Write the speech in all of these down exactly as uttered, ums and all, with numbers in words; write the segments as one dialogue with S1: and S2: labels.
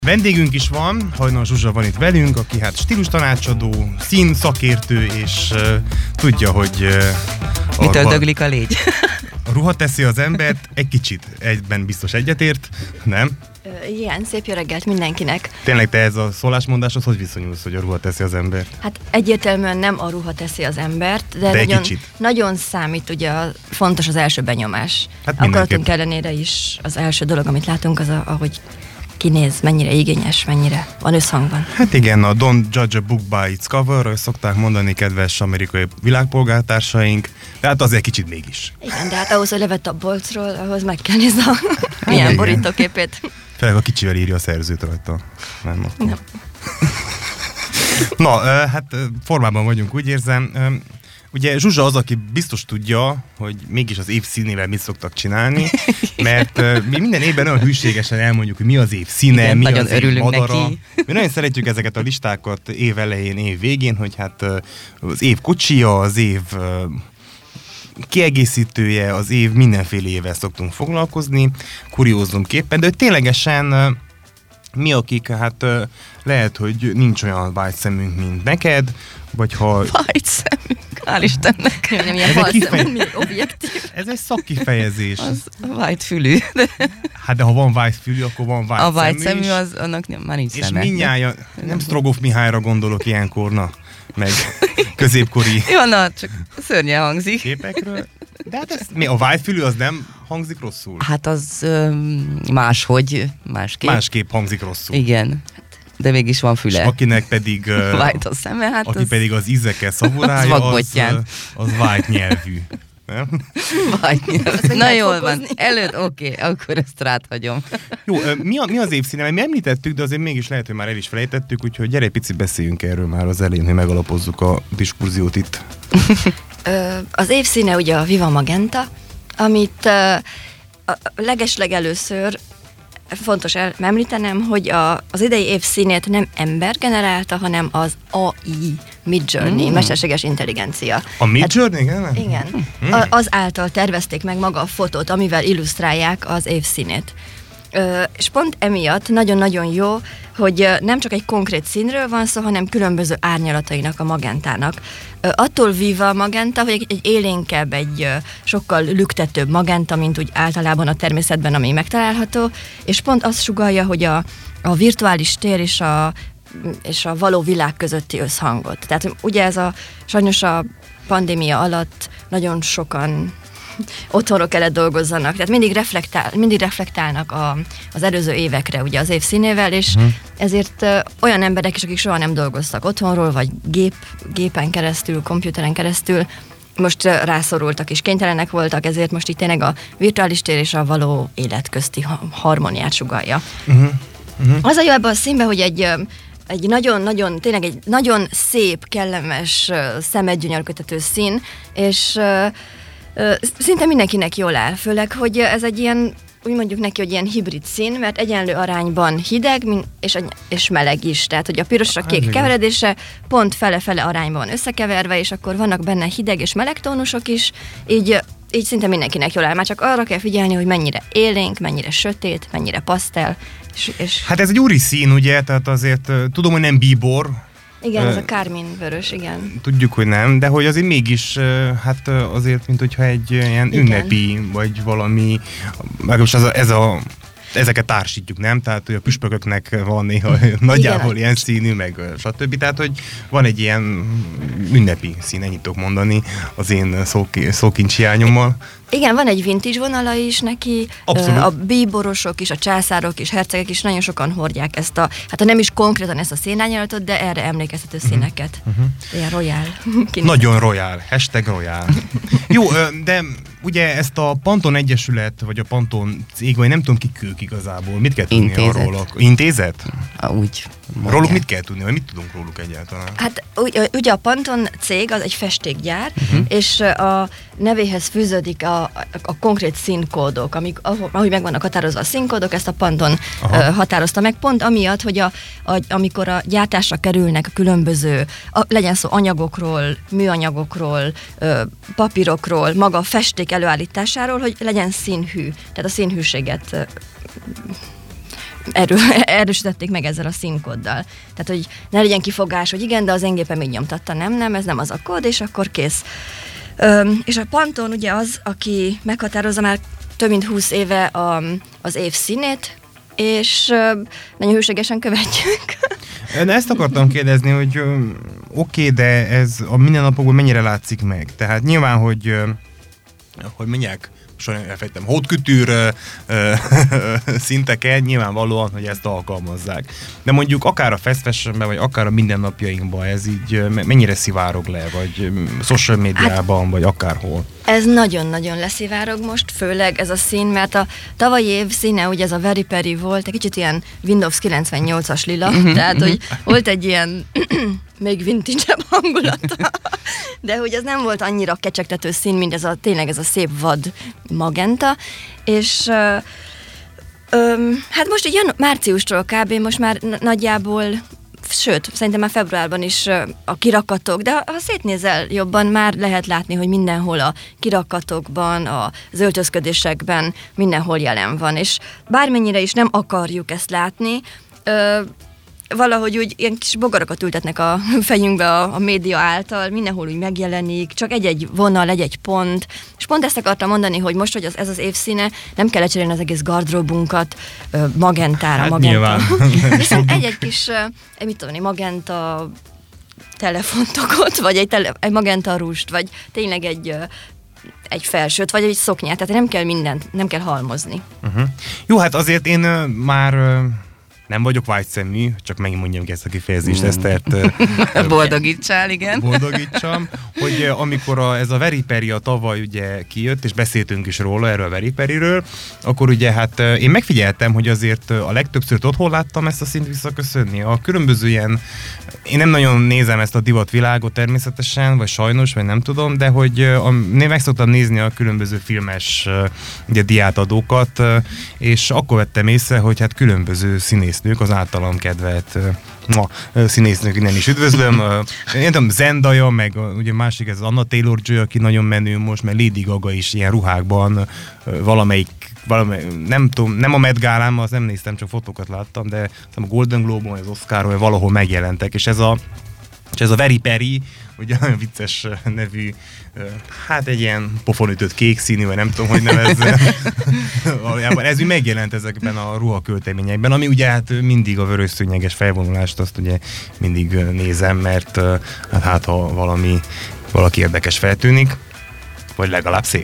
S1: Vendégünk is van, Hajnal Zsuzsa van itt velünk, aki hát stílustanácsadó, szín szakértő, és uh, tudja, hogy uh,
S2: mitől döglik a légy.
S1: A ruha teszi az embert, egy kicsit egyben biztos egyetért, nem?
S3: Igen, szép jó reggelt mindenkinek.
S1: Tényleg te ez a szólásmondáshoz hogy viszonyulsz, hogy a ruha teszi az embert?
S3: Hát egyértelműen nem a ruha teszi az embert, de,
S1: de
S3: nagyon,
S1: kicsit.
S3: nagyon számít, ugye fontos az első benyomás.
S1: Hát
S3: akaratunk ellenére is az első dolog, amit látunk, az a, ahogy kinéz, mennyire igényes, mennyire van összhangban.
S1: Hát igen, a don't judge a book by its cover, szokták mondani kedves amerikai világpolgártársaink, de hát azért kicsit mégis.
S3: Igen, de hát ahhoz, hogy levett a bolcról, ahhoz meg kell nézni a milyen borítóképét.
S1: Főleg a kicsivel írja a szerzőt rajta. Nem, nem. Na, hát formában vagyunk, úgy érzem. Ugye Zsuzsa az, aki biztos tudja, hogy mégis az év színével mit szoktak csinálni, mert uh, mi minden évben olyan hűségesen elmondjuk, hogy mi az év színe,
S2: igen,
S1: mi
S2: nagyon
S1: az év madara.
S2: Neki.
S1: Mi nagyon szeretjük ezeket a listákat év elején, év végén, hogy hát uh, az év kocsija, az év uh, kiegészítője, az év mindenfélével szoktunk foglalkozni, kuriózumképpen, de hogy ténylegesen uh, mi, akik hát uh, lehet, hogy nincs olyan vágy szemünk, mint neked, vagy ha...
S2: Vágy szemünk, hál' Istennek.
S3: Nem ilyen fal szemünk, mi objektív.
S1: Ez egy szakkifejezés.
S2: Az vágy fülű. De...
S1: Hát de ha van vágy fülű, akkor van vágy
S2: A vágy
S1: szemű,
S2: szemű, az, annak nem, már nincs
S1: és
S2: szeme.
S1: És mindnyájan, nem Strogoff Mihályra gondolok ilyenkor, na, meg középkori
S2: jó, na, csak szörnyen hangzik.
S1: képekről. De hát ez, mi, a vágyfülű az nem hangzik rosszul?
S2: Hát az öm, máshogy, másképp.
S1: Másképp hangzik rosszul.
S2: Igen, de mégis van füle.
S1: És akinek pedig, uh,
S2: vájt a szeme, hát
S1: aki
S2: az...
S1: pedig az ízekkel szavurálja, az, az, az vágy nyelvű. Nem?
S2: Vágy nyelvű. Na jól van, előtt, oké, okay, akkor ezt ráthagyom.
S1: Jó, mi, a, mi az évszíne? Mi említettük, de azért mégis lehet, hogy már el is felejtettük, úgyhogy gyere egy picit beszéljünk erről már az elején, hogy megalapozzuk a diskurziót itt.
S3: Az évszíne ugye a Viva Magenta, amit a legesleg először fontos említenem, hogy a, az idei év színét nem ember generálta, hanem az á i, Midjourney, mm. mesterséges intelligencia.
S1: A Midjourney? Hát,
S3: igen. Mm. A, az által tervezték meg maga a fotót, amivel illusztrálják az év színét. Ö, és pont emiatt nagyon-nagyon jó, hogy nem csak egy konkrét színről van szó, hanem különböző árnyalatainak a magentának. Ö, attól viva a magenta, hogy egy, egy élénkebb, egy ö, sokkal lüktetőbb magenta, mint úgy általában a természetben, ami megtalálható, és pont azt sugallja, hogy a, a virtuális tér és a, és a való világ közötti összhangot. Tehát ugye ez a, sajnos a pandémia alatt nagyon sokan otthonról kellett dolgozzanak, tehát mindig, reflektál, mindig reflektálnak a, az előző évekre ugye az év színével, és uh-huh. ezért uh, olyan emberek is, akik soha nem dolgoztak otthonról, vagy gép, gépen keresztül, komputeren keresztül, most uh, rászorultak és kénytelenek voltak, ezért most itt tényleg a virtuális tér és a való élet közti harmóniát sugallja. Uh-huh. Uh-huh. Az a jó ebben a színben, hogy egy uh, egy nagyon-nagyon, tényleg egy nagyon szép, kellemes, uh, szemedgyönyörködtető szín, és uh, szinte mindenkinek jól áll, főleg, hogy ez egy ilyen, úgy mondjuk neki, hogy ilyen hibrid szín, mert egyenlő arányban hideg és, és meleg is. Tehát, hogy a pirosra kék keveredése pont fele-fele arányban van összekeverve, és akkor vannak benne hideg és meleg tónusok is, így, így szinte mindenkinek jól áll. Már csak arra kell figyelni, hogy mennyire élénk, mennyire sötét, mennyire pasztel. És, és...
S1: Hát ez egy úri szín, ugye? Tehát azért uh, tudom, hogy nem bíbor.
S3: Igen, ez a kármin vörös, igen.
S1: Tudjuk, hogy nem, de hogy azért mégis, hát azért, mint hogyha egy ilyen igen. ünnepi, vagy valami, legalábbis ez a, ez a, ezeket társítjuk, nem? Tehát, hogy a püspököknek van néha nagyjából igen, ilyen színű, meg stb. Tehát, hogy van egy ilyen ünnepi szín, ennyit tudok mondani az én szókincs hiányommal.
S3: Igen, van egy vintage vonala is neki, abszolút. A bíborosok is, a császárok is, hercegek is nagyon sokan hordják ezt a, hát ha nem is konkrétan ezt a szénányalatot, de erre emlékeztető uh-huh. színeket. Uh-huh. Ilyen royal.
S1: Nagyon royal, hashtag royal. Jó, de ugye ezt a Panton Egyesület, vagy a Panton cég, vagy nem tudom kik ők igazából, mit kell tudni
S2: Intézet.
S1: arról? Intézet?
S2: Ah, úgy mondják.
S1: Róluk mit kell tudni, vagy mit tudunk róluk egyáltalán?
S3: Hát ugye a Panton cég az egy festékgyár, uh-huh. és a nevéhez fűződik a, a konkrét színkódok, amik, ahogy meg vannak határozva a színkódok, ezt a Panton uh, határozta meg, pont amiatt, hogy a, a, amikor a gyártásra kerülnek a különböző, a, legyen szó anyagokról, műanyagokról, ö, papírokról, maga a festék előállításáról, hogy legyen színhű, tehát a színhűséget ö, erő, erősítették meg ezzel a színkóddal. Tehát, hogy ne legyen kifogás, hogy igen, de az engépe még nyomtatta, nem, nem, ez nem az a kód, és akkor kész. Öm, és a Pantone ugye az, aki meghatározza már több mint húsz éve a, az év színét, és ö, nagyon hűségesen követjük.
S1: De ezt akartam kérdezni, hogy oké, okay, de ez a mindennapokban mennyire látszik meg? Tehát nyilván, hogy, hogy mondják, soha elfejtem, hódkütűr szinteken nyilvánvalóan, hogy ezt alkalmazzák. De mondjuk akár a fast fashionben, vagy akár a mindennapjainkban ez így mennyire szivárog le, vagy social médiában, hát, vagy akárhol?
S3: Ez nagyon-nagyon leszivárog most, főleg ez a szín, mert a tavalyi év színe, ugye ez a Very Perry volt, egy kicsit ilyen Windows kilencvennyolcas lila, tehát hogy volt egy ilyen még vintage-ebb hangulata, de hogy ez nem volt annyira kecsegtető szín, mint ez a tényleg ez a szép vad magenta, és ö, ö, hát most így jön márciustól kb. Most már n- nagyjából, sőt, szerintem már februárban is a kirakatok, de ha szétnézel jobban, már lehet látni, hogy mindenhol a kirakatokban, az öltözködésekben mindenhol jelen van, és bármennyire is nem akarjuk ezt látni, ö, valahogy úgy ilyen kis bogarakat ültetnek a fejünkbe a, a média által, mindenhol úgy megjelenik, csak egy-egy vonal, egy-egy pont, és pont ezt akartam mondani, hogy most, hogy az, ez az évszíne, nem kell lecserélni az egész gardróbunkat ö, magentára,
S1: hát
S3: magenta. Viszont egy-egy kis, egy, mit tudom, egy magenta telefontokot, vagy egy, tele, egy magenta rúst, vagy tényleg egy egy felsőt, vagy egy szoknyát, tehát nem kell mindent, nem kell halmozni.
S1: Uh-huh. Jó, hát azért én uh, már uh, nem vagyok vágyszemű, csak megint mondjam ki ezt a kifejezést, mm. Esztert. Uh,
S2: Boldogítsál, igen.
S1: Boldogítsam, hogy uh, amikor a, ez a Very Perry a tavaly ugye kijött, és beszéltünk is róla, erről a Very Perryről, akkor ugye hát uh, én megfigyeltem, hogy azért uh, a legtöbbször otthon láttam ezt a szint visszaköszönni. A különböző ilyen, én nem nagyon nézem ezt a divatvilágot természetesen, vagy sajnos, vagy nem tudom, de hogy uh, a, én meg szoktam nézni a különböző filmes uh, ugye, diátadókat, uh, és akkor vettem észre, hogy hát különböző színésznők, az általam kedvelt uh, ma, uh, színésznők innen is üdvözlöm. Uh, én tudom, Zendaya, meg uh, ugye másik ez Anna Taylor-Joy, aki nagyon menő most, mert Lady Gaga is ilyen ruhákban uh, valamelyik Valamely, nem tudom, nem a Met Gálán, az nem néztem, csak fotókat láttam, de a Golden Globe-on, az Oscaron, valahol megjelentek, és ez a, és ez a Very Perry, ugye olyan vicces nevű, hát egy ilyen pofonütött kék színű, vagy nem tudom, hogy nevez. Valójában ez megjelent ezekben a ruhakölteményekben, ami ugye hát mindig a vörös szőnyeges felvonulást, azt ugye mindig nézem, mert hát, hát ha valami, valaki érdekes feltűnik, vagy legalább szép.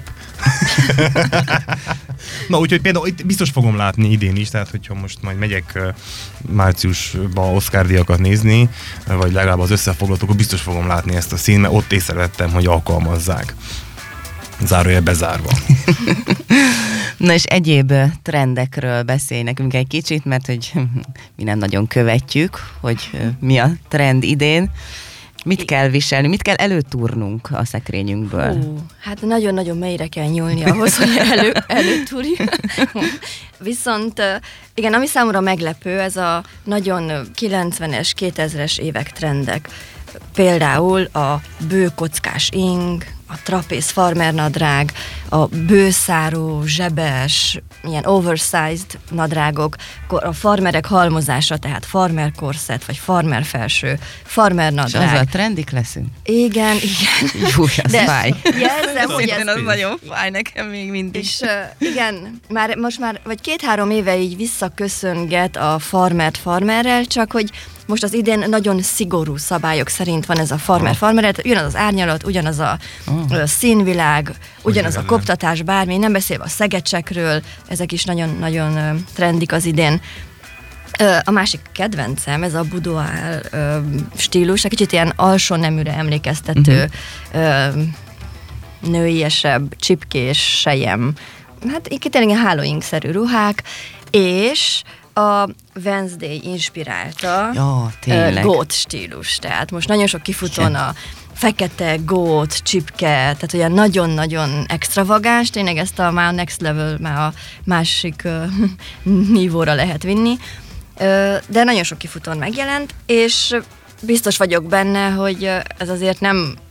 S1: Na, úgyhogy például itt biztos fogom látni idén is, tehát hogyha most majd megyek uh, márciusban Oscar-díjakat nézni, vagy legalább az összefoglalót, akkor biztos fogom látni ezt a szín, mert ott észrevettem, hogy alkalmazzák. Zárójel bezárva.
S2: Na és egyéb trendekről beszélj nekünk egy kicsit, mert hogy mi nem nagyon követjük, hogy mi a trend idén. Mit kell viselni, mit kell előtúrnunk a szekrényünkből? Ó,
S3: hát nagyon-nagyon mélyre kell nyúlni ahhoz, hogy elő, előtúrj. Viszont igen, ami számomra meglepő, ez a nagyon kilencvenes, kétezres évek trendek. Például a bőkockás ing, a trapéz farmer nadrág, a bőszáró, zsebes, ilyen oversized nadrágok, a farmerek halmozása, tehát farmer korszett, vagy farmer felső, farmer nadrág. És
S2: azzal trendik leszünk?
S3: Igen, igen.
S2: Jó, ez de fáj.
S3: Jelzem, hogy ez...
S2: az nagyon fáj nekem még mindig.
S3: És uh, igen, már, most már, vagy két-három éve így visszaköszönget a farmert farmerrel, csak hogy most az idén nagyon szigorú szabályok szerint van ez a farmer-farmer, ugyanaz az árnyalat, ugyanaz a oh. színvilág, ugyanaz a koptatás, bármi, nem beszélve a szegecsekről, ezek is nagyon-nagyon trendik az idén. A másik kedvencem, ez a boudoir stílus, egy kicsit ilyen alsó neműre emlékeztető, uh-huh. nőiesebb, csipkés, sejem, hát itt tényleg Halloween-szerű ruhák, és a Wednesday inspirálta
S2: ja,
S3: gót stílus. Tehát most nagyon sok kifutón a fekete, gót, csipke, tehát olyan nagyon-nagyon extravagáns, tényleg ezt a már a next level, már a másik uh, nívóra lehet vinni. Uh, de nagyon sok kifutón megjelent, és biztos vagyok benne, hogy ez azért nem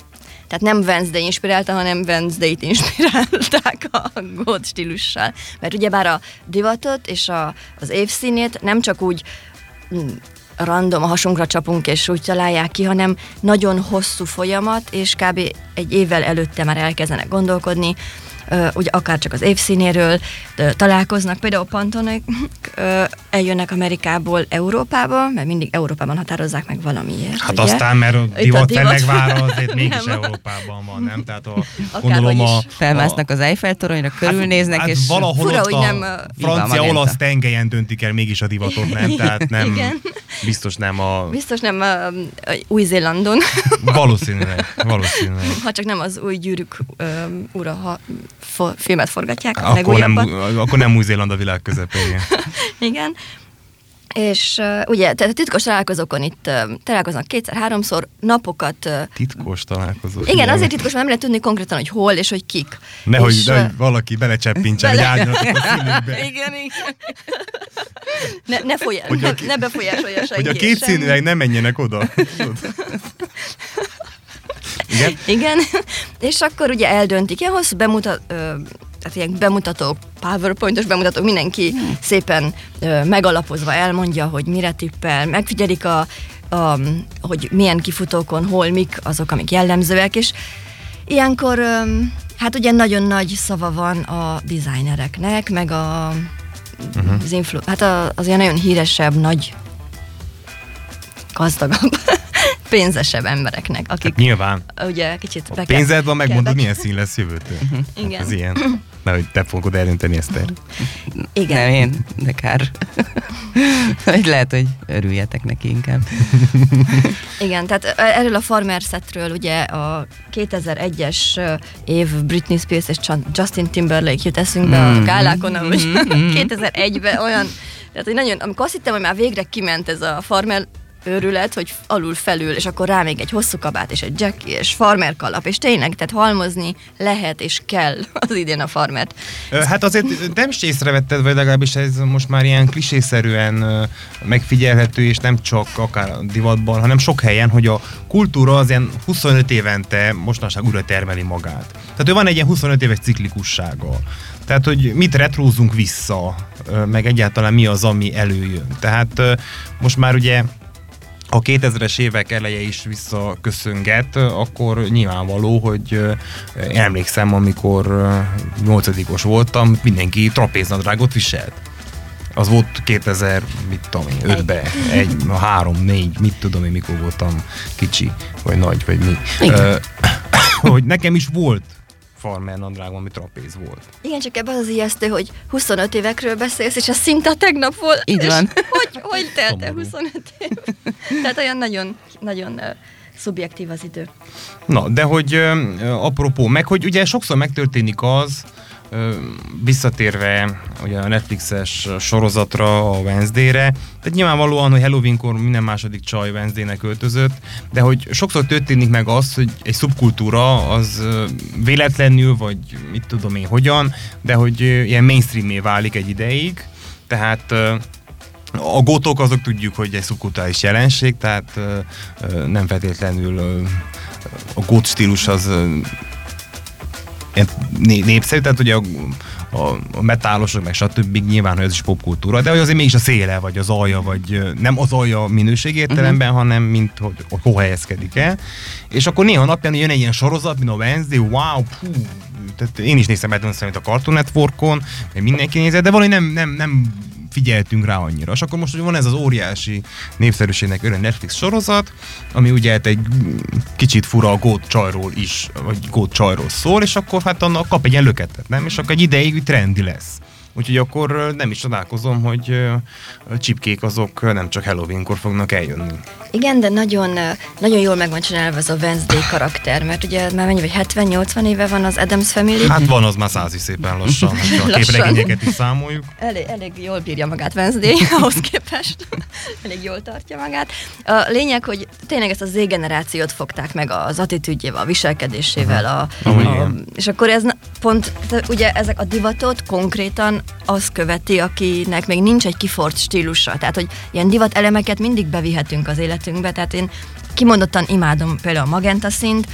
S3: Tehát nem Wednesday inspirálta, hanem Wednesday-t inspirálták a gót stílussal. Mert ugyebár a divatot és a, az évszínét nem csak úgy random a hasunkra csapunk és úgy találják ki, hanem nagyon hosszú folyamat, és kb. Egy évvel előtte már elkezdenek gondolkodni, Uh, ugye akár csak az évszínéről uh, találkoznak, például Pantonék uh, eljönnek Amerikából Európába, mert mindig Európában határozzák meg valamiért.
S1: Hát
S3: ugye?
S1: Aztán, mert a divat fellegvára azért mégis
S3: nem.
S1: Európában van, nem? Tehát a,
S3: gondolom
S1: a...
S2: Felmásznak az Eiffel toronyra, körülnéznek,
S1: hát,
S2: és...
S1: Hát valahol
S3: fura,
S1: ott a
S3: nem,
S1: francia-olasz tengelyen döntik el mégis a divatot, nem? Tehát nem,
S3: igen.
S1: biztos nem a...
S3: Biztos nem a, a Új-Zélandon.
S1: Valószínűleg, valószínűleg.
S3: Ha csak nem az új gyűrűk um, ura, ha for, filmet forgatják.
S1: Akkor nem, akkor nem Új-Zéland a világ közepén.
S3: Igen. És uh, ugye, tehát a titkos találkozókon itt uh, találkoznak kétszer-háromszor, napokat... Uh,
S1: titkos találkozó.
S3: Igen, igen, azért titkos, mert nem lehet tudni konkrétan, hogy hol és hogy kik.
S1: Nehogy,
S3: és,
S1: nehogy
S3: uh,
S1: valaki belecseppintsen
S3: bele...
S1: egy árnyatot a színükbe.
S3: Igen, igen. Ne, ne, folyá...
S1: Hogy
S3: ne,
S1: a,
S3: ne befolyásolja senki.
S1: hogy a két színűek nem menjenek oda. Igen?
S3: Igen, és akkor ugye eldöntik, ilyen hosszú bemutat, ö, tehát ilyen bemutatók, powerpointos bemutatók, mindenki hmm. szépen ö, megalapozva elmondja, hogy mire tippel, megfigyelik a, a, hogy milyen kifutókon, hol, mik azok, amik jellemzőek, és ilyenkor ö, hát ugye nagyon nagy szava van a designereknek, meg a, uh-huh. az influ, hát a, az ilyen nagyon híresebb, nagy, gazdagabb, pénzesebb embereknek, akik
S1: hát nyilván.
S3: Ugye kicsit
S1: a pénzed van, megmondod, milyen szín lesz jövőtől.
S3: Igen.
S1: Hát ez ilyen. Nehogy te fogod eldönteni ezt el.
S2: Igen. Nem én, de kár. Hogy lehet, hogy örüljetek neki inkább.
S3: Igen, tehát erről a Farmer setről ugye a kétezer-egyes év Britney Spears és Justin Timberlake jut eszünkbe mm. a gálákon, hogy mm. kétezer-egyben olyan, tehát hogy nagyon, amikor azt hittem, hogy már végre kiment ez a Farmer őrület, hogy alul felül, és akkor rá még egy hosszú kabát, és egy Jackie, és farmer kalap, és tényleg, tehát halmozni lehet, és kell az idén a farmert.
S1: Hát azért nem is észrevetted, vagy legalábbis ez most már ilyen klisészerűen megfigyelhető, és nem csak akár a divatban, hanem sok helyen, hogy a kultúra az ilyen huszonöt évente mostanság újra termeli magát. Tehát ő van egy ilyen huszonöt éves ciklikussága. Tehát, hogy mit retrózunk vissza, meg egyáltalán mi az, ami előjön. Tehát most már ugye a kétezres évek eleje is visszaköszönget, akkor nyilvánvaló, hogy én emlékszem, amikor nyolcadikos voltam, mindenki trapéznadrágot viselt. Az volt kétezer, mit tudom én, ötbe, egy, három, négy, mit tudom én, mikor voltam kicsi, vagy nagy, vagy mi. Uh, hogy nekem is volt farmer nadrágom, ami trapéz volt.
S3: Igen, csak ebben az ijesztő, hogy huszonöt évekről beszélsz, és ez szinte tegnap volt.
S2: Így van.
S3: Hogy, hogy telt el huszonöt év? Tehát olyan nagyon, nagyon uh, szubjektív az idő.
S1: Na, de hogy uh, apropó, meg hogy ugye sokszor megtörténik az, uh, visszatérve ugye a Netflixes sorozatra, a Wednesday-re, tehát nyilvánvalóan, hogy Halloweenkor minden második csaj Wednesday-nek öltözött, de hogy sokszor történik meg az, hogy egy szubkultúra az véletlenül, vagy mit tudom én hogyan, de hogy ilyen mainstream-é válik egy ideig, tehát a gótok azok tudjuk, hogy egy szubkulturális jelenség, tehát nem feltétlenül a gót stílus az népszerű, tehát ugye a, a, a metálosok, meg stb. Nyilván, hogy ez is popkultúra, de hogy azért mégis a széle, vagy az alja, vagy nem az alja minőség értelemben, uh-huh. hanem mint, hogy, hogy hol helyezkedik el. És akkor néha napján jön egy ilyen sorozat, mint a Wednesday, wow, pú, tehát én is néztem el, mint a Cartoon Networkon, mindenki nézett, de valahogy nem, nem, nem figyeltünk rá annyira. És akkor most hogy van ez az óriási népszerűségnek öröm Netflix sorozat, ami ugye egy kicsit fura a gót csajról is, vagy gót csajról szól, és akkor hát annak kap egy ilyen löketet, nem? És akkor egy ideig trendi lesz. Úgyhogy akkor nem is csodálkozom, hogy a csipkék azok nem csak Halloweenkor fognak eljönni.
S3: Igen, de nagyon, nagyon jól meg van csinálva ez a Wednesday karakter, mert ugye már mennyi, vagy hetven-nyolcvan éve van az Addams Family.
S1: Hát van, az már száz is szépen lassan, ha a képregényeket is számoljuk.
S3: Elég, elég jól bírja magát Wednesday, ahhoz képest. Elég jól tartja magát. A lényeg, hogy tényleg ezt a Z-generációt fogták meg az attitűdjével, a viselkedésével, uh-huh. a, a, és akkor ez pont, ugye ezek a divatot konkrétan az követi, akinek még nincs egy kiforrt stílusa. Tehát, hogy ilyen divat elemeket mindig bevihetünk az életünkbe. Tehát én kimondottan imádom például a magenta színt,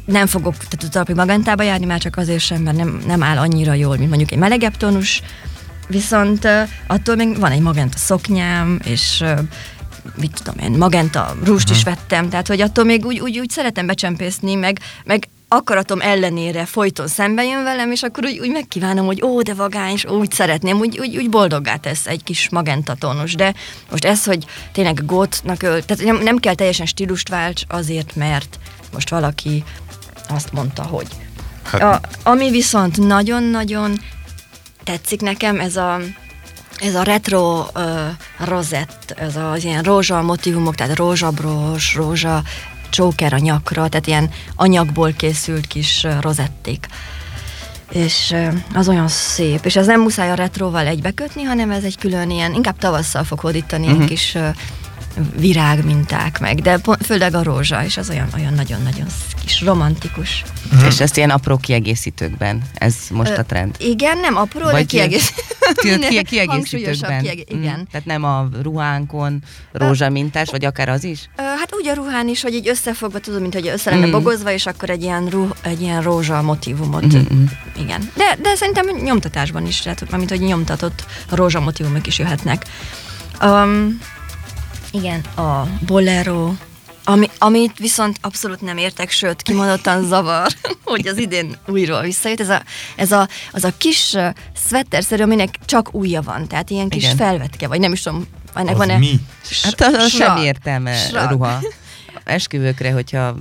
S3: nem fogok tehát darabig magentába járni, már csak azért sem, mert nem, nem áll annyira jól, mint mondjuk egy melegebb tónus, viszont uh, attól még van egy magenta szoknyám, és uh, mit tudom én, magenta rúst uh-huh. is vettem, tehát hogy attól még úgy, úgy, úgy szeretem becsempészni, meg, meg akaratom ellenére folyton szembe jön velem, és akkor úgy, úgy megkívánom, hogy ó, de vagány, és úgy szeretném, úgy, úgy, úgy boldoggá tesz egy kis magenta tónus, de most ez, hogy tényleg gótnak öl, tehát nem, nem kell teljesen stílust válts azért, mert most valaki azt mondta, hogy. Hát. A, ami viszont nagyon-nagyon tetszik nekem, ez a ez a retro uh, rozett, ez az ilyen rózsa motívumok, tehát rózsabrós, rózsa csóker a nyakra, tehát ilyen anyagból készült kis uh, rozették. És uh, az olyan szép, és ez nem muszáj a retroval egybekötni, hanem ez egy külön ilyen, inkább tavasszal fog hódítani uh-huh. egy kis uh, virágminták meg, de főleg a rózsa, és az olyan, olyan nagyon-nagyon kis romantikus.
S2: Uh-huh. És ezt ilyen apró kiegészítőkben, ez most a trend?
S3: Uh, igen, nem apró, de kiegészítőkben.
S2: kiegészítőkben.
S3: Kieg- igen.
S2: Mm, tehát nem a ruhánkon rózsamintás, vagy akár az is?
S3: Uh, hát úgy a ruhán is, hogy így összefogva, tudod, mint hogy össze lenne mm. bogozva, és akkor egy ilyen, ruh, egy ilyen rózsa motívumot. Mm-hmm. Igen. De, de szerintem nyomtatásban is, tehát mint hogy nyomtatott rózsa motívumok is jöhetnek. Um, Igen, a bolero, ami, amit viszont abszolút nem értek, sőt, kimondottan zavar, hogy az idén újról visszajött. Ez, a, ez a, az a kis uh, szvetterszerű, aminek csak ujja van, tehát ilyen kis Igen. felvetke, vagy nem is tudom, ennek
S1: az
S3: van-e...
S1: mi?
S2: Hát az, az sem értelme Srag. ruha. Esküvőkre, hogyha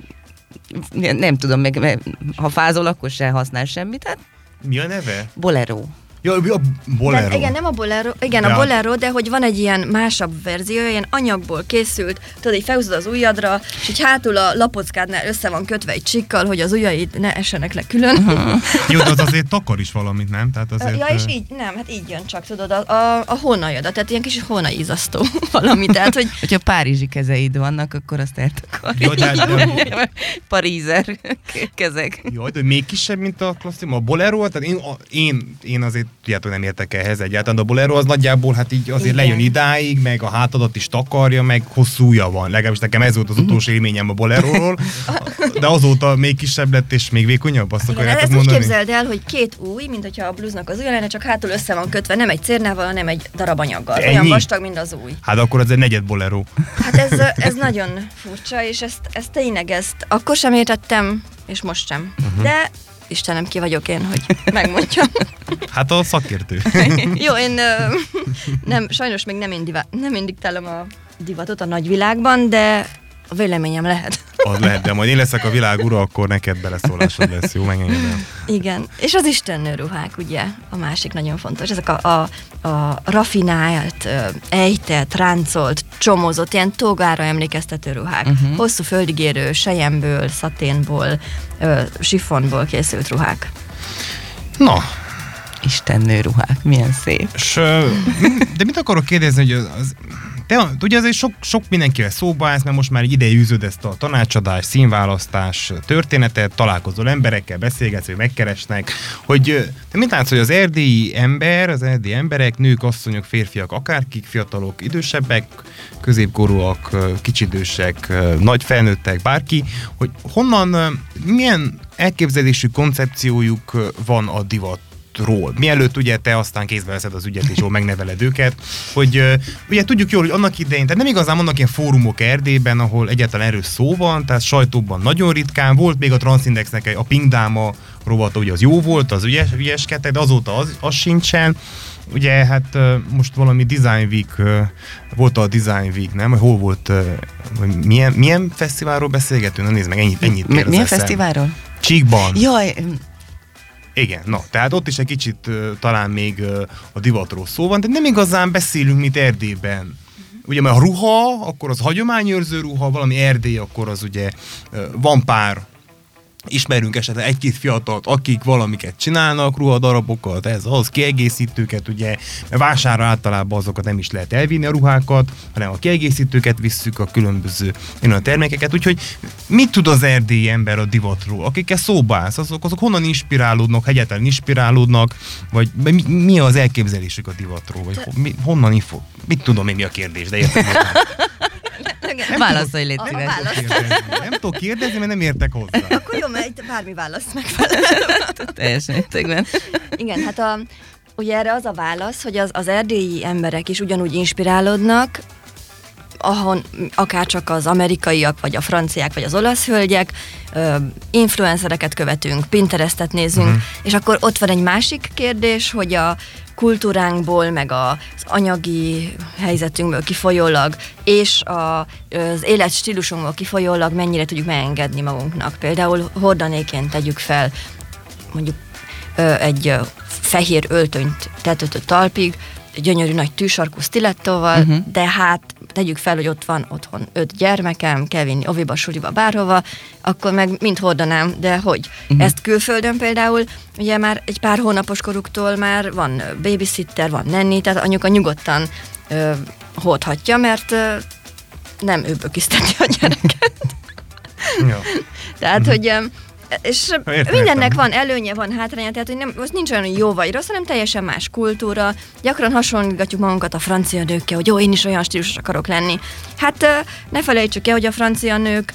S2: nem tudom, meg, ha fázol, akkor se használ semmit. Hát
S1: mi a neve?
S2: Bolero.
S1: Ja, a bolero.
S3: De, igen, nem a bolero, igen, ja. a bolero, de hogy van egy ilyen másabb verzió, ilyen anyagból készült, tudod, így felhúzod az ujjadra, és így hátul a lapockádnál össze van kötve egy csikkal, hogy az ujjaid ne essenek le külön.
S1: Jó, de az azért takar is valamit, nem? Tehát azért,
S3: ja, és így, nem, hát így jön csak, tudod, a, a, a hónajadat, tehát ilyen kis hónaízasztó valami, tehát, hogy...
S2: Hogyha párizsi kezeid vannak, akkor azt eltakarja.
S1: Jó, de, de...
S2: Parízer kezek.
S1: Jó, de még kisebb, mint a klasszikus, a bolero, tehát én, a, én, én azért tudjátok, nem értek ehhez egyáltalán, de a bolero az nagyjából hát így azért Igen. lejön idáig, meg a hátadat is takarja, meg hosszú ujja van. Legalábbis nekem ez volt az utolsó élményem a boleróról, de azóta még kisebb lett és még vékonyabb, azt akarjátok
S3: ezt
S1: mondani?
S3: Ezt úgy képzeld el, hogy két új, mint hogyha a blúznak az ujja lenne, csak hátul össze van kötve, nem egy cérnával, hanem egy darab anyaggal. Ennyi? Olyan vastag, mint az új.
S1: Hát akkor ez egy negyed bolero.
S3: Hát ez, ez nagyon furcsa, és ezt, ezt tényleg ezt akkor sem értettem, és most sem. Uh-huh. De Istenem, ki vagyok én, hogy megmondjam.
S1: Hát a szakértő.
S3: Jó, én ö, nem, sajnos még nem én, diva, nem én diktálom a divatot a nagyvilágban, de a véleményem lehet.
S1: Az lehet, de majd én leszek a világ ura, akkor neked beleszólásod lesz, jó? Megengedem.
S3: Igen, és az istennő ruhák, ugye, a másik nagyon fontos. Ezek a, a, a rafinált, ejtett, ráncolt, csomozott, ilyen tógára emlékeztető ruhák. Uh-huh. Hosszú földigérő, selyemből, szaténból, sifonból készült ruhák.
S1: Na,
S2: istennő ruhák, milyen szép.
S1: S, de mit akarok kérdezni, hogy az, te, ugye azért sok, sok mindenkivel szóba állsz, mert most már egy ideje űzöd ezt a tanácsadás, színválasztás történetet, találkozol emberekkel, beszélgetsz, vagy megkeresnek, hogy te mit látsz, hogy az erdélyi ember, az erdélyi emberek, nők, asszonyok, férfiak, akárkik, fiatalok, idősebbek, középkorúak, kicsidősek, nagy felnőttek, bárki, hogy honnan, milyen elképzelésű koncepciójuk van a divat ról. Mielőtt ugye te aztán kézbe veszed az ügyet és jól megneveled őket, hogy uh, ugye tudjuk jól, hogy annak idején, tehát nem igazán vannak ilyen fórumok Erdélyben, ahol egyáltalán erről szó van, tehát sajtóban nagyon ritkán volt, még a Transzindexnek a Pink Dáma rovata, ugye az jó volt, az ügyes, ügyeskedtek, de azóta az, az sincsen. Ugye hát uh, most valami Design Week, uh, volt a Design Week, nem? Hol volt, uh, milyen, milyen fesztiválról beszélgetünk? Na nézd meg, ennyit, ennyit kérdezem.
S2: Milyen fesztiválról?
S1: Csíkban.
S2: Jaj,
S1: igen, na, tehát ott is egy kicsit uh, talán még uh, a divatról szó van, de nem igazán beszélünk, mint Erdélyben. Ugye, mert a ruha, akkor az hagyományőrző ruha, valami Erdély, akkor az ugye uh, van pár, ismerünk esetleg egy-két fiatalt, akik valamiket csinálnak, ruhadarabokat, ez az, kiegészítőket, ugye, mert vásárra általában azokat nem is lehet elvinni a ruhákat, hanem a kiegészítőket visszük, a különböző a termékeket, úgyhogy mit tud az erdélyi ember a divatról? Akikkel szóba állsz, azok, azok honnan inspirálódnak, egyáltalán inspirálódnak, vagy mi, mi az elképzelésük a divatról, vagy mi, honnan info? Mit tudom én, mi a kérdés, de értem.
S2: Válaszolj, légy
S3: A- a
S2: szíves.
S3: válasz.
S1: Nem tudok kérdezni, mert nem értek hozzá.
S3: Akkor jó, mert bármi válasz megfelel.
S2: Teljes mértékben.
S3: Igen, hát a, ugye erre az a válasz, hogy az, az erdélyi emberek is ugyanúgy inspirálódnak, ahon akár csak az amerikaiak, vagy a franciák, vagy az olasz hölgyek, ö, influencereket követünk, Pinterestet nézünk, uh-huh. és akkor ott van egy másik kérdés, hogy a kultúránkból, meg a, az anyagi helyzetünkből kifolyólag, és a, az életstílusunkból kifolyólag mennyire tudjuk megengedni magunknak. Például hordanéként tegyük fel mondjuk ö, egy ö, fehér öltönyt tetőtől talpig, gyönyörű nagy tűsarkú stilettóval, uh-huh. de hát tegyük fel, hogy ott van otthon öt gyermekem, kell vinni oviba, suliba, bárhova, akkor meg mind hordanám, de hogy? Uh-huh. Ezt külföldön például, ugye már egy pár hónapos koruktól már van babysitter, van nenni, tehát anyuka nyugodtan ö, hordhatja, mert ö, nem ő bökiszteti a gyereket.
S1: Ja.
S3: Tehát, uh-huh. hogy... Ö, és
S1: értem,
S3: mindennek
S1: értem.
S3: van előnye, van hátránya, tehát hogy nem, most nincs olyan, hogy jó vagy rossz, hanem teljesen más kultúra. Gyakran hasonlítgatjuk magunkat a francia nőkkel, hogy jó, én is olyan stílusos akarok lenni. Hát ne felejtsük el, hogy a francia nők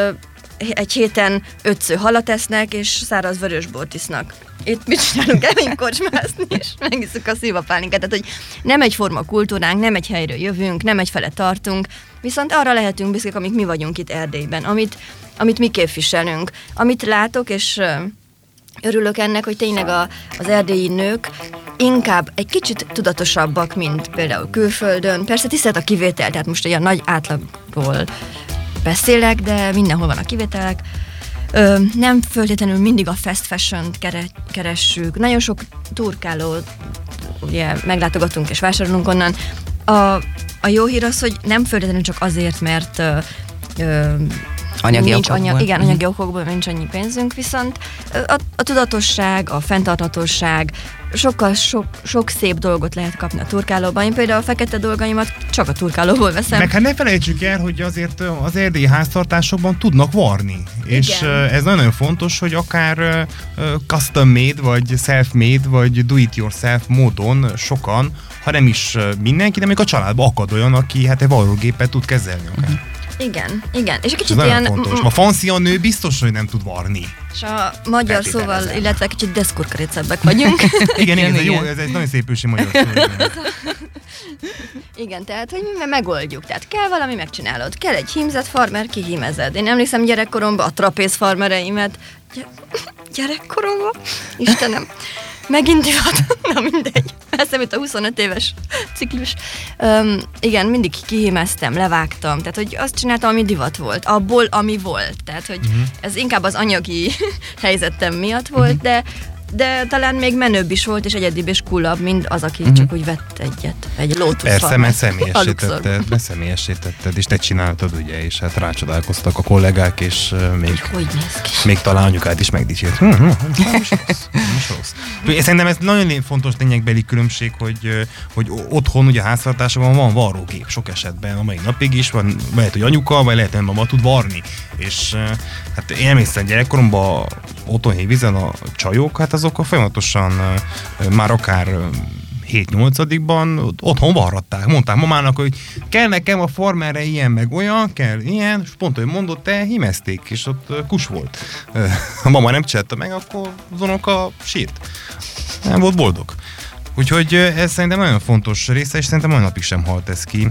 S3: egy héten ötször halat esznek, és száraz vörösbort isznak. Itt mit csinálunk? Elmegyünk kocsmászni, és megisszuk a szilvapálinkát. Tehát, hogy nem egyforma kultúránk, nem egy helyről jövünk, nem egyfele tartunk, viszont arra lehetünk büszkék, amik mi vagyunk itt Erdélyben, amit, amit mi képviselünk. Amit látok, és örülök ennek, hogy tényleg a, az erdélyi nők inkább egy kicsit tudatosabbak, mint például külföldön. Persze tisztelt a kivétel, tehát most olyan nagy átlagról beszélek, de mindenhol van a kivételek. Ö, nem feltétlenül mindig a fast fashion-t kere- keressük. Nagyon sok turkálót ugye meglátogatunk és vásárolunk onnan. A, a jó hír az, hogy nem feltétlenül csak azért, mert ö, ö,
S2: Anyagi
S3: nincs
S2: okokból.
S3: anya, igen, anyagi okokból nincs annyi pénzünk, viszont a, a tudatosság, a fenntarthatóság, sokkal sok, sok szép dolgot lehet kapni a turkálóban. Én például a fekete dolgaimat csak a turkálóból veszem.
S1: Meg hát ne felejtsük el, hogy azért az erdélyi háztartásokban tudnak varni. Igen. És ez nagyon fontos, hogy akár custom made, vagy self-made, vagy do-it-yourself módon sokan, ha nem is mindenki, de még a családban akad olyan, aki hát egy varrógépet tud kezelni akár.
S3: Igen, igen. És egy
S1: Ez
S3: kicsit
S1: nagyon
S3: ilyen...
S1: fontos. A francia nő biztos, hogy nem tud varni.
S3: És a magyar szóval,
S1: Feltételezem.
S3: illetve kicsit deszkurkarécebbek vagyunk.
S1: Igen, igen, ez,
S2: igen.
S1: jó, ez egy nagyon szép ősi magyar szó. igen.
S3: Igen, tehát, hogy mi megoldjuk. Tehát kell valami, megcsinálod. Kell egy hímzett farmer, kihímezed. Én emlékszem gyerekkoromban a trapéz farmereimet. Gy- gyerekkoromban? Istenem. Megint divat. Na mindegy. Eszemét a huszonöt éves ciklus. Um, igen, mindig kihímeztem, levágtam. Tehát, hogy azt csináltam, ami divat volt. Abból, ami volt. Tehát, hogy uh-huh. ez inkább az anyagi helyzetem miatt volt, uh-huh. de de talán még menőbb is volt, és egyedibb és coolabb, mint az, aki uh-huh. csak úgy vett egyet, egy Lotus
S1: Persze, mert
S3: farmert.
S1: személyesítetted, mert személyesítetted, és te csináltad, ugye, és hát rácsodálkoztak a kollégák, és uh, még,
S3: Hogy néz ki?
S1: még talán anyukád is megdicsért. Hm, hm, nem is rossz, nem is rossz. Szerintem ez nagyon fontos lényegbeli különbség, hogy, hogy otthon, ugye a háztartásban van varrógép, sok esetben, a mai napig is van, lehet, hogy anyuka, vagy lehet, hogy mama tud varni. És uh, hát én emlékszem gyerekkoromban otthon hévízen a csajok, hát azok folyamatosan uh, már akár uh, hét-nyolcadikban otthon varratták. Mondták mamának, hogy kell nekem a farmerre ilyen, meg olyan, kell ilyen, és pont, hogy mondott, te hímezték, és ott uh, kus volt. Uh, a mama nem csinálta meg, akkor az unoka sírt. Nem volt boldog. Úgyhogy uh, ez szerintem nagyon fontos része, és szerintem olyan napig sem halt ez ki,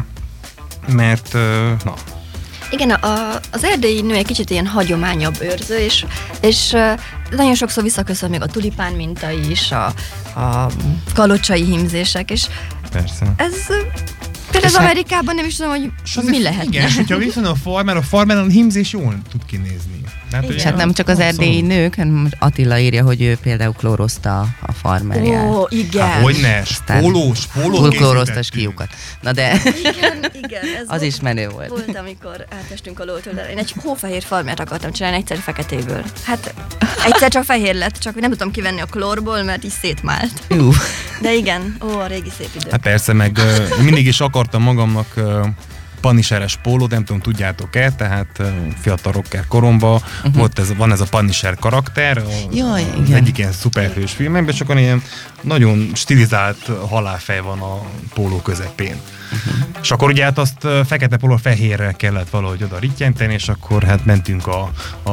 S1: mert uh, na,
S3: Igen, a, az erdélyi nő egy kicsit ilyen hagyományabb őrző, és, és uh, nagyon sokszor visszaköszön még a tulipán minta is, a, a kalocsai hímzések, és
S1: persze.
S3: ez uh, például az
S1: hát-
S3: Amerikában nem is tudom, hogy mi lehet.
S1: Igen, és hogyha viszont a farmer, a farmer a hímzés jól tud kinézni. Tehát,
S3: Igen.
S2: És hát nem csak az erdélyi nők, hanem most Attila írja, hogy ő például klórozta a farmerját.
S3: Ó, igen.
S1: Hát, hogyne,
S2: Aztán
S1: pólós, pólós
S2: Fullklóroztas kiukat. Na de
S3: Igen, igen. Ez
S2: az is menő volt.
S3: Volt, amikor átestünk a lótól, én egy hófehér farmert akartam csinálni, egyszer feketéből. Hát egyszer csak fehér lett, csak nem tudtam kivenni a klórból, mert így szétmált.
S2: Jú.
S3: De igen, ó, a régi szép idő.
S1: Hát persze, meg uh, mindig is akartam magamnak uh, Punisher-es pólót, nem tudom, tudjátok-e, tehát fiatal rocker koromban uh-huh. volt ez, van ez a Punisher karakter, a,
S2: Jaj,
S1: az egyik ilyen szuperhős filmekben, csak ilyen nagyon stilizált halálfej van a póló közepén. Uh-huh. És akkor ugye hát azt fekete póló fehérre kellett valahogy oda rittyenteni, és akkor hát mentünk a, a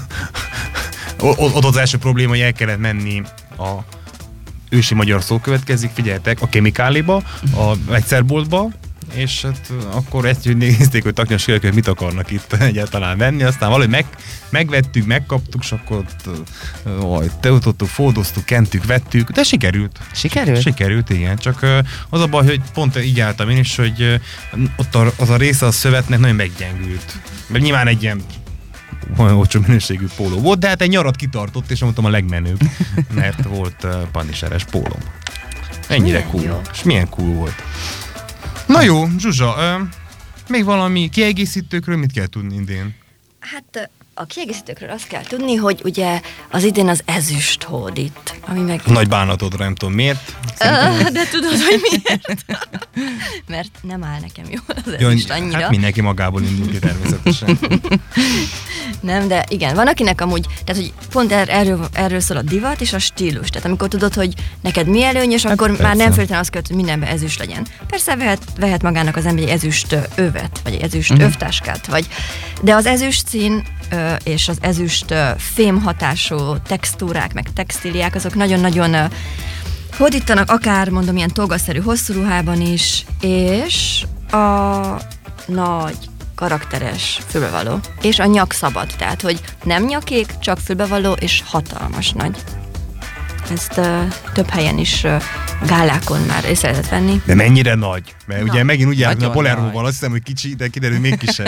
S1: ott az első probléma, hogy el kellett menni a ősi magyar szó következik, figyeljetek, a Chemikáliba, a vegyszerboltba, és hát akkor ezt nézték, hogy taknyos sírek, hogy mit akarnak itt egyáltalán venni, aztán valahogy meg, megvettük, megkaptuk, és akkor teutottuk, fódoztuk, kentük, vettük, de sikerült.
S2: Sikerült?
S1: Sikerült, igen, csak az a baj, hogy pont így álltam én is, hogy ott az a része a szövetnek nagyon meggyengült. Mert nyilván egy ilyen olyan olcsó minőségű póló volt, de hát egy nyarat kitartott, és mondtam a legmenőbb, mert volt uh, Punisher-es pólom. Ennyire milyen cool. Jó. És milyen cool volt. Na jó, Zsuzsa, uh, még valami kiegészítőkről mit kell tudni idén?
S3: Hát a kiegészítőkről azt kell tudni, hogy ugye az idén az ezüst hódít, ami meg...
S1: Nagy bánatodra, nem tudom miért.
S3: Uh, de tudod, hogy miért? Mert nem áll nekem jól az ezüst annyira.
S1: Hát mindenki magából indul ki természetesen.
S3: Nem, de igen, van akinek amúgy, tehát hogy pont er, erről, erről szól a divat és a stílus. Tehát amikor tudod, hogy neked mi előnyös, hát akkor persze. Már nem feltétlenül azt kell, hogy mindenben ezüst legyen. Persze vehet, vehet magának az ember egy ezüst övet, vagy egy ezüst uh-huh. övtáskát, vagy... De az ezüst szín és az ezüst fémhatású textúrák, meg textíliák, azok nagyon-nagyon hódítanak, akár mondom ilyen togaszerű hosszú ruhában is, és a nagy karakteres fülbevaló, és a nyak szabad, tehát hogy nem nyakék, csak fülbevaló, és hatalmas nagy. Ezt uh, több helyen is uh, gálákon már észre lehetett venni.
S1: De mennyire nagy? Mert na, ugye megint úgy járni a Boleróval,
S2: nagy.
S1: Azt hiszem, hogy kicsi, de kiderül még kisebb.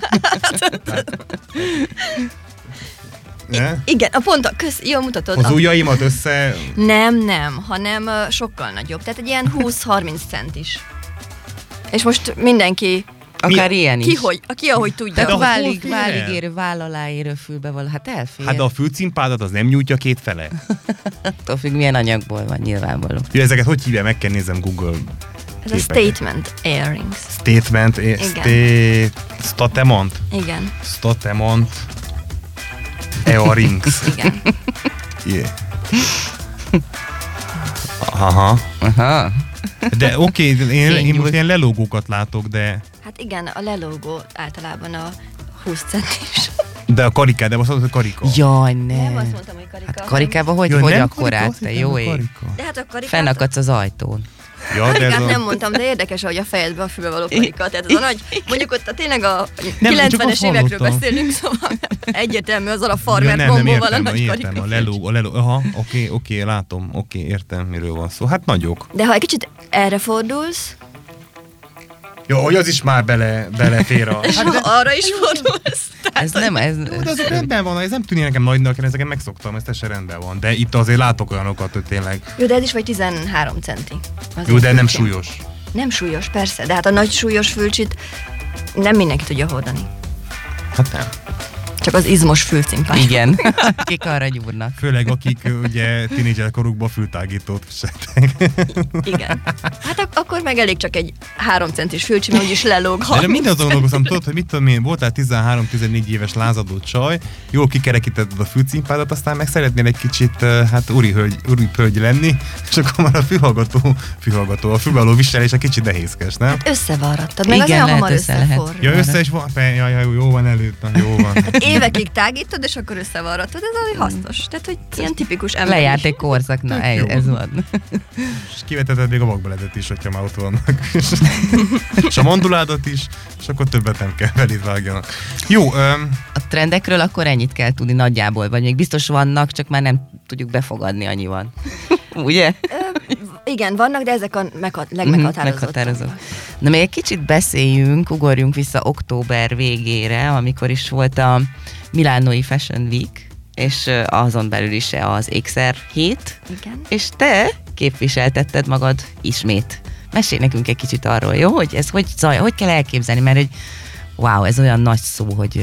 S3: I- igen, a pont a köz, jól mutatod.
S1: Az ujjaimat össze...
S3: Nem, nem, hanem uh, sokkal nagyobb. Tehát egy ilyen húsz-harminc centis. És most mindenki...
S2: Akár mi? Ilyen is.
S3: Ki, hogy, ki ahogy tudja.
S2: Tehát a válig, válig érő, váll alá érő fülbevaló, hát elfér.
S1: Hát de a fülcimpádat az nem nyújtja két fele.
S2: Attól függ, milyen anyagból van nyilvánvaló.
S1: Ja, ezeket hogy hívja? Meg kell nézem Google
S3: Ez képeket. A statement earrings.
S1: Statement, e- sta- statement?
S3: Igen.
S1: Statement earrings.
S3: Igen.
S1: Yeah. Aha.
S2: Aha.
S1: De oké, okay, én, én most ilyen lelógókat látok, de...
S3: Hát igen, a lelógó általában a húsz centis.
S1: De a kariká, de azt mondod, hogy karika.
S2: Jaj, ne.
S3: Nem azt mondtam, hogy karika.
S2: Hát karikában hogy,
S1: Jaj,
S2: hogy
S1: nem
S2: akkor át, te jó ég.
S3: De hát a karikát...
S2: Fennakadsz az ajtón.
S1: Ja, de
S3: karikát
S1: a...
S3: nem mondtam, de érdekes, hogy a fejedbe a fülbe való karika. Tehát az a nagy, mondjuk ott a, tényleg a
S1: nem,
S3: kilencvenes évekről beszélünk, szóval egyértelmű azzal a farmer
S1: ja,
S3: gombóval a nagy
S1: értem,
S3: karika.
S1: A lelóg, a lelóg, aha, oké, oké, látom, oké, értem, miről van szó. Hát nagyok.
S3: De ha egy kicsit erre fordulsz,
S1: jó, hogy az is már bele, belefér a...
S3: És hát de... arra is fordulsz.
S2: Ez nem, ez...
S1: Jó, de ez rendben van, ez nem tűnik nekem nagynak, én ezeket megszoktam, ez teljesen rendben van. De itt azért látok olyanokat, hogy tényleg...
S3: Jó, de ez is vagy tizenhárom centi. Az
S1: jó, de nem súlyos.
S3: Nem súlyos, persze, de hát a nagy súlyos fülcsit nem mindenki tudja hordani.
S1: Hát nem.
S3: Csak az izmos fülcimpák.
S2: Igen, akik arra gyúrnak.
S1: Főleg akik ugye tínédzser korukban fültágítót viseltek.
S3: Igen. Hát ak- akkor meg elég csak egy három centis fülcsi, mert úgyis lelóg.
S1: De mindazon gondolkoztam, tudod, hogy mit tudom én, voltál tizenhárom-tizennégy éves lázadó csaj, jól kikerekítetted a fülcimpádat, aztán meg szeretnél egy kicsit, hát úri hölgy, úri hölgy lenni, és akkor már a fülhallgató, fülhallgató, a fülbevaló viselése kicsit nehézkes, nem?
S3: Hát összevarradtad, meg
S2: igen,
S3: azért hamar
S2: össze lehet.
S3: összeforrad.
S1: Ja, össze is van, ja, ja, jó van előtt, jó van.
S3: Évekig tágítod, és akkor összevarratod, ez ami hasznos. Tehát, hogy ilyen tipikus ember.
S2: Lejárt egy korszak, na ez, ez van.
S1: És kiveteted még a vakbeledet is, hogyha már ott vannak. És a manduládat is, és akkor többet nem kell veled vágjanak. Jó. Um,
S2: a trendekről akkor ennyit kell tudni nagyjából, vagy még biztos vannak, csak már nem tudjuk befogadni, annyi van. Ugye?
S3: Ö, igen, vannak, de ezek a meghat- legmeghatározottak.
S2: Meghatározó. Na még egy kicsit beszéljünk, ugorjunk vissza október végére, amikor is volt a Milánói Fashion Week, és azon belül is az ékszer hét,
S3: igen.
S2: És te képviseltetted magad ismét. Mesélj nekünk egy kicsit arról, jó? Hogy ez hogy zaj, hogy kell elképzelni, mert hogy wow, ez olyan nagy szó, hogy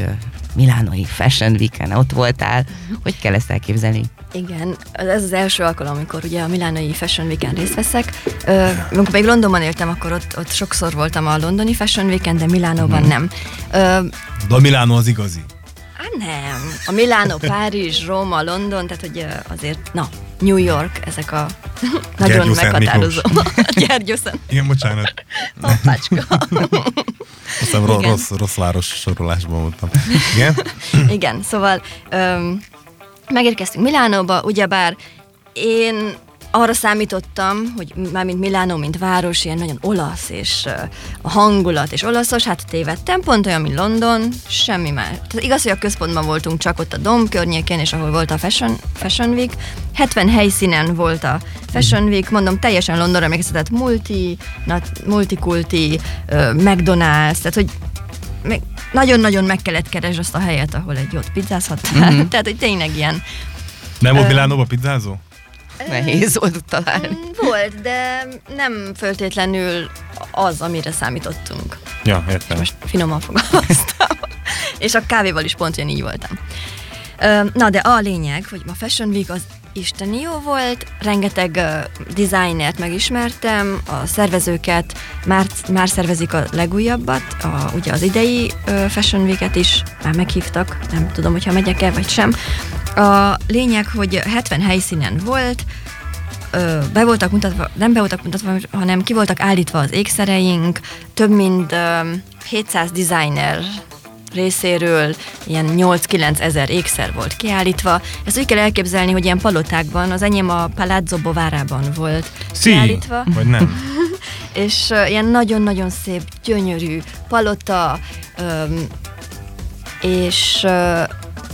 S2: Milánói Fashion Week-en ott voltál. Hogy kell ezt elképzelni?
S3: Igen, ez az első alkalom, amikor ugye a Milánói Fashion Week-en részt veszek. Ö, amikor még Londonban éltem, akkor ott, ott sokszor voltam a londoni Fashion Week-en, de Milánóban hmm. nem. Ö,
S1: de a Milánó az igazi?
S3: Hát nem. A Milánó, Párizs, Róma, London, tehát hogy azért, na, New York, ezek a nagyon meghatározó. Gyergyószent.
S1: Igen, bocsánat.
S3: Hoppácska.
S1: Aztán rossz, rossz város sorolásban voltam. Igen?
S3: Igen, szóval öm, megérkeztünk Milánóba, ugyebár én arra számítottam, hogy mármint Milánó, mint város, ilyen nagyon olasz, és uh, a hangulat, és olaszos, hát tévedtem, pont olyan, mint London, semmi más. Tehát igaz, hogy a központban voltunk csak ott a Dom környékén, és ahol volt a Fashion, Fashion Week, hetven helyszínen volt a Fashion Week, mondom, teljesen Londonra emlékeztetett, multi, multikulti, uh, McDonald's, tehát, hogy még nagyon-nagyon meg kellett keresni azt a helyet, ahol egy jót pizzázhattál, mm-hmm. tehát, hogy tényleg ilyen.
S1: Nem volt uh, Milánóba pizzázó?
S2: Nehéz volt találni.
S3: Volt, de nem feltétlenül az, amire számítottunk.
S1: Ja, értem.
S3: Most finoman fogalmaztam. És a kávéval is pont így voltam. Na, de a lényeg, hogy a Fashion Week az isteni jó volt, rengeteg uh, designert megismertem, a szervezőket már, már szervezik a legújabbat, a, ugye az idei uh, Fashion Week-et is már meghívtak, nem tudom, hogyha megyek-e vagy sem. A lényeg, hogy hetven helyszínen volt, ö, be voltak mutatva, nem be voltak mutatva, hanem ki voltak állítva az ékszereink, több mint ö, hétszáz designer részéről ilyen nyolc-kilenc ezer ékszer volt kiállítva. Ezt úgy kell elképzelni, hogy ilyen palotákban, az enyém a Palazzo Bovárában volt
S1: Szí,
S3: kiállítva.
S1: Vagy nem?
S3: És uh, ilyen nagyon-nagyon szép, gyönyörű palota, um, és uh,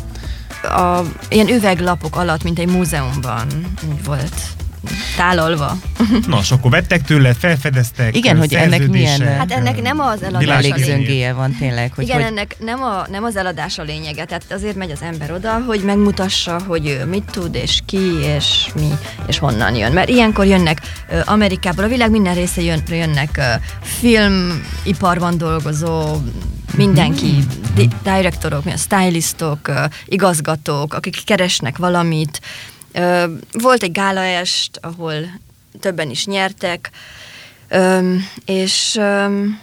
S3: a, ilyen üveglapok alatt, mint egy múzeumban úgy volt tálalva.
S1: Na, és akkor vettek tőle, felfedeztek.
S2: Igen, hogy ennek milyen...
S3: Hát ennek nem az eladás
S2: elég zöngéje van tényleg. Hogy
S3: igen,
S2: hogy...
S3: ennek nem, a, nem az eladás a lényege, tehát azért megy az ember oda, hogy megmutassa, hogy ő mit tud, és ki, és mi, és honnan jön. Mert ilyenkor jönnek uh, Amerikából, a világ minden része jön, jönnek uh, filmiparban dolgozó mindenki, di- direktorok, stylistok, uh, igazgatók, akik keresnek valamit. Uh, volt egy gálaest, ahol többen is nyertek, um, és um,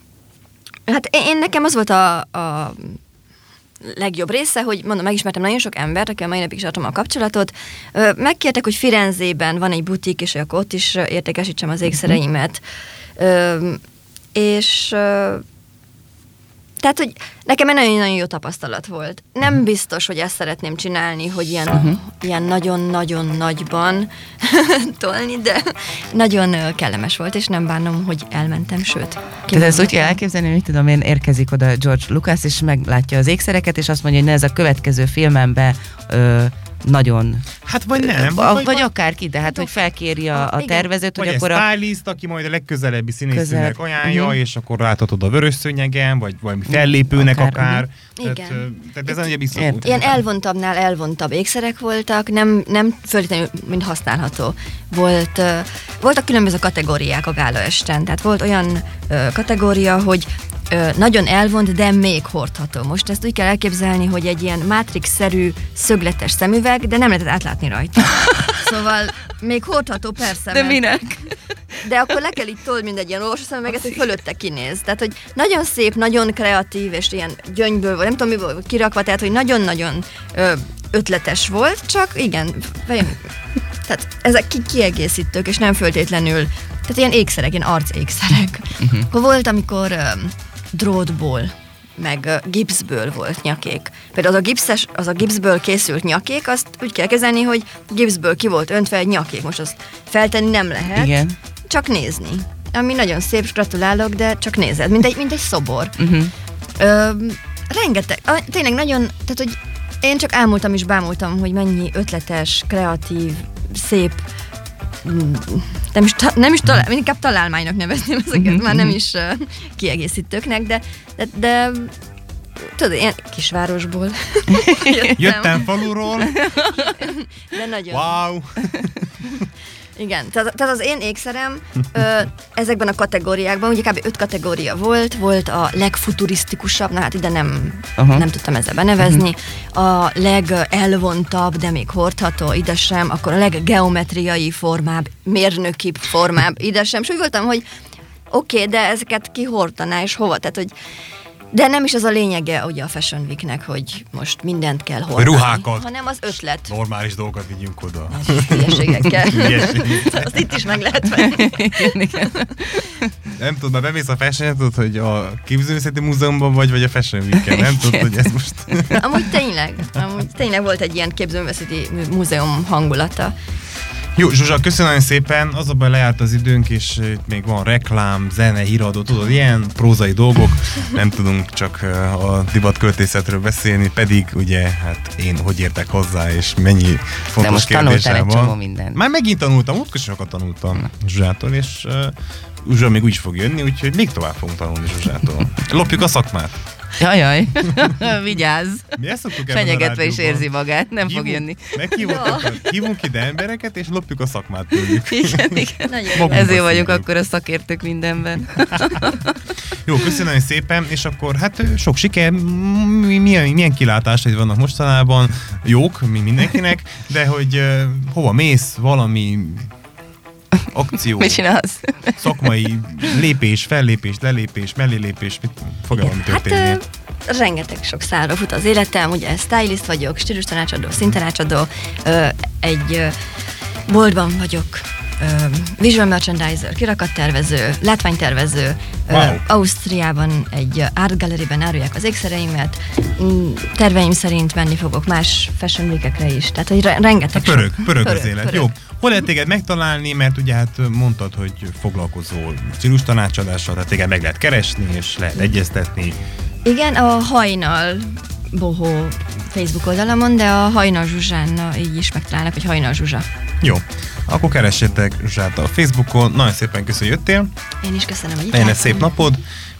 S3: hát én nekem az volt a, a legjobb része, hogy mondom, megismertem nagyon sok embert, akikkel mai napig is tartom a kapcsolatot. Uh, megkértek, hogy Firenzében van egy butik, és akkor ott is értékesítsem az ékszereimet. Uh, és uh, tehát, hogy nekem egy nagyon-nagyon jó tapasztalat volt. Nem biztos, hogy ezt szeretném csinálni, hogy ilyen, uh-huh. ilyen nagyon-nagyon nagyban tolni, de nagyon kellemes volt, és nem bánom, hogy elmentem, sőt.
S2: Tehát ezt úgy kell elképzelni, hogy tudom én, érkezik oda George Lucas, és meglátja az ékszereket, és azt mondja, hogy ne, ez a következő filmembe ö, nagyon...
S1: Hát vagy nem.
S2: A,
S1: vagy,
S2: vagy akárki, de hát, hogy felkéri a, a tervezőt,
S1: vagy
S2: hogy akkor
S1: a...
S2: a...
S1: stylist, aki majd a legközelebbi színészűnek
S2: Közel.
S1: ajánlja, uh-huh. és akkor láthatod a vörös szőnyegen, vagy valami
S2: uh-huh.
S1: fellépőnek akár. akár.
S3: Igen.
S1: Tehát, tehát ez ugye biztos.
S3: Ilyen elvontabbnál elvontabb ékszerek voltak, nem, nem föltétlenül mind használható. Volt, uh, voltak különböző kategóriák a gálaesten, tehát volt olyan uh, kategória, hogy Ö, nagyon elvont, de még hordható. Most ezt úgy kell elképzelni, hogy egy ilyen Matrix-szerű szögletes szemüveg, de nem lehetett átlátni rajta. Szóval még hordható persze.
S2: De
S3: mert,
S2: minek?
S3: De akkor le kell így tolni, mint egy ilyen olvasószemüveget, hogy fölötte kinéz. Tehát, hogy nagyon szép, nagyon kreatív, és ilyen gyöngyből, vagy nem tudom miből kirakva, tehát, hogy nagyon-nagyon ö, ötletes volt, csak igen, tehát ezek ki- kiegészítők, és nem föltétlenül, tehát ilyen ékszerek, ilyen arcékszerek. Uh-huh. Akkor volt, amikor ö, drótból, meg uh, gipszből volt nyakék. Például az a, gipszes, az a gipszből készült nyakék, azt úgy kell kezelni, hogy gipszből ki volt öntve egy nyakék. Most azt feltenni nem lehet,
S2: igen.
S3: Csak nézni. Ami nagyon szép, gratulálok, de csak nézed, mint egy, mint egy szobor. Uh-huh. Ö, rengeteg, tényleg nagyon, tehát hogy én csak ámultam és bámultam, hogy mennyi ötletes, kreatív, szép, nem is, ta, nem is talál, inkább találmánynak nevezném ezeket, már nem is uh, kiegészítőknek, de, de, de tudod, ilyen kisvárosból jöttem.
S1: Jöttem faluról.
S3: De nagyon.
S1: Wow!
S3: Igen, tehát, tehát az én ékszerem ö, ezekben a kategóriákban, ugye kb. öt kategória volt, volt a legfuturisztikusabb, na hát ide nem, uh-huh. nem tudtam ezzel benevezni, uh-huh. a legelvontabb, de még hordható, ide sem, akkor a leggeometriai formább, mérnöki formább, ide sem, és úgy voltam, hogy oké, okay, de ezeket ki hordaná, és hova, tehát hogy de nem is az a lényege ugye a Fashion Weeknek, hogy most mindent kell hordani.
S1: Ruhákat.
S3: Hanem az ötlet.
S1: Normális dolgokat vigyünk oda.
S3: Hülyeségekkel. Azt itt is meg lehet venni.
S1: Nem tudod, már bemész a Fashion, tudod, hogy a Képzőművészeti Múzeumban vagy, vagy a Fashion Week-en. Nem tudod, hogy ez most...
S3: Amúgy tényleg. Amúgy tényleg volt egy ilyen Képzőművészeti Múzeum hangulata.
S1: Jó, Zsuzsa, köszönöm szépen, az a baj, lejárt az időnk, és itt még van reklám, zene, híradó, tudod, ilyen prózai dolgok, nem tudunk csak a divatköltészetről beszélni, pedig ugye, hát én hogy értek hozzá, és mennyi fontos kérdésem van.
S2: Mindent.
S1: Már megint tanultam, úgy sokat tanultam Zsuzsától, és uh, Zsuzsa még úgy is fog jönni, úgyhogy még tovább fogunk tanulni Zsuzsától. Lopjuk a szakmát.
S2: Jajjaj, vigyázz.
S1: Mi ezt szoktuk
S2: Fenyegetve is érzi magát, nem
S1: hívunk,
S2: fog jönni.
S1: Hívunk ide embereket, és lopjuk a szakmát tőlük.
S2: Igen, igen. Ezért vagyunk akkor a szakértők mindenben.
S1: Jó, köszönöm szépen, és akkor hát sok siker, milyen, milyen kilátásaid vannak mostanában, jók, mi mindenkinek, de hogy uh, hova mész, valami akció,
S2: mit csinálsz?
S1: Szakmai lépés, fellépés, lelépés, mellélépés, mit fog valami történni?
S3: Hát, uh, rengeteg sok szálra fut az életem, ugye stylist vagyok, stílus tanácsadó, színtanácsadó, uh, egy uh, boltban vagyok, uh, visual merchandiser, kirakattervező, látványtervező, wow. uh, Ausztriában egy uh, art galleryben árulják az ékszereimet, mm, terveim szerint menni fogok más fashion week-ekre is, tehát hogy re- rengeteg
S1: a pörög,
S3: sok.
S1: Pörög, pörög az élet, pörög. Jó. Hol lehet téged megtalálni, mert ugye hát mondtad, hogy foglalkozol stílus tanácsadással, tehát téged meg lehet keresni, és lehet egyeztetni.
S3: Igen, a Hajnal Bohó Facebook oldalamon, de a Hajnal Zsuzsán így is megtalálnak, hogy Hajnal Zsuzsa.
S1: Jó, akkor keressétek Zsuzsát a Facebookon. Nagyon szépen köszönöm, hogy jöttél.
S3: Én is köszönöm, hogy itt
S1: legyen egy szép napod.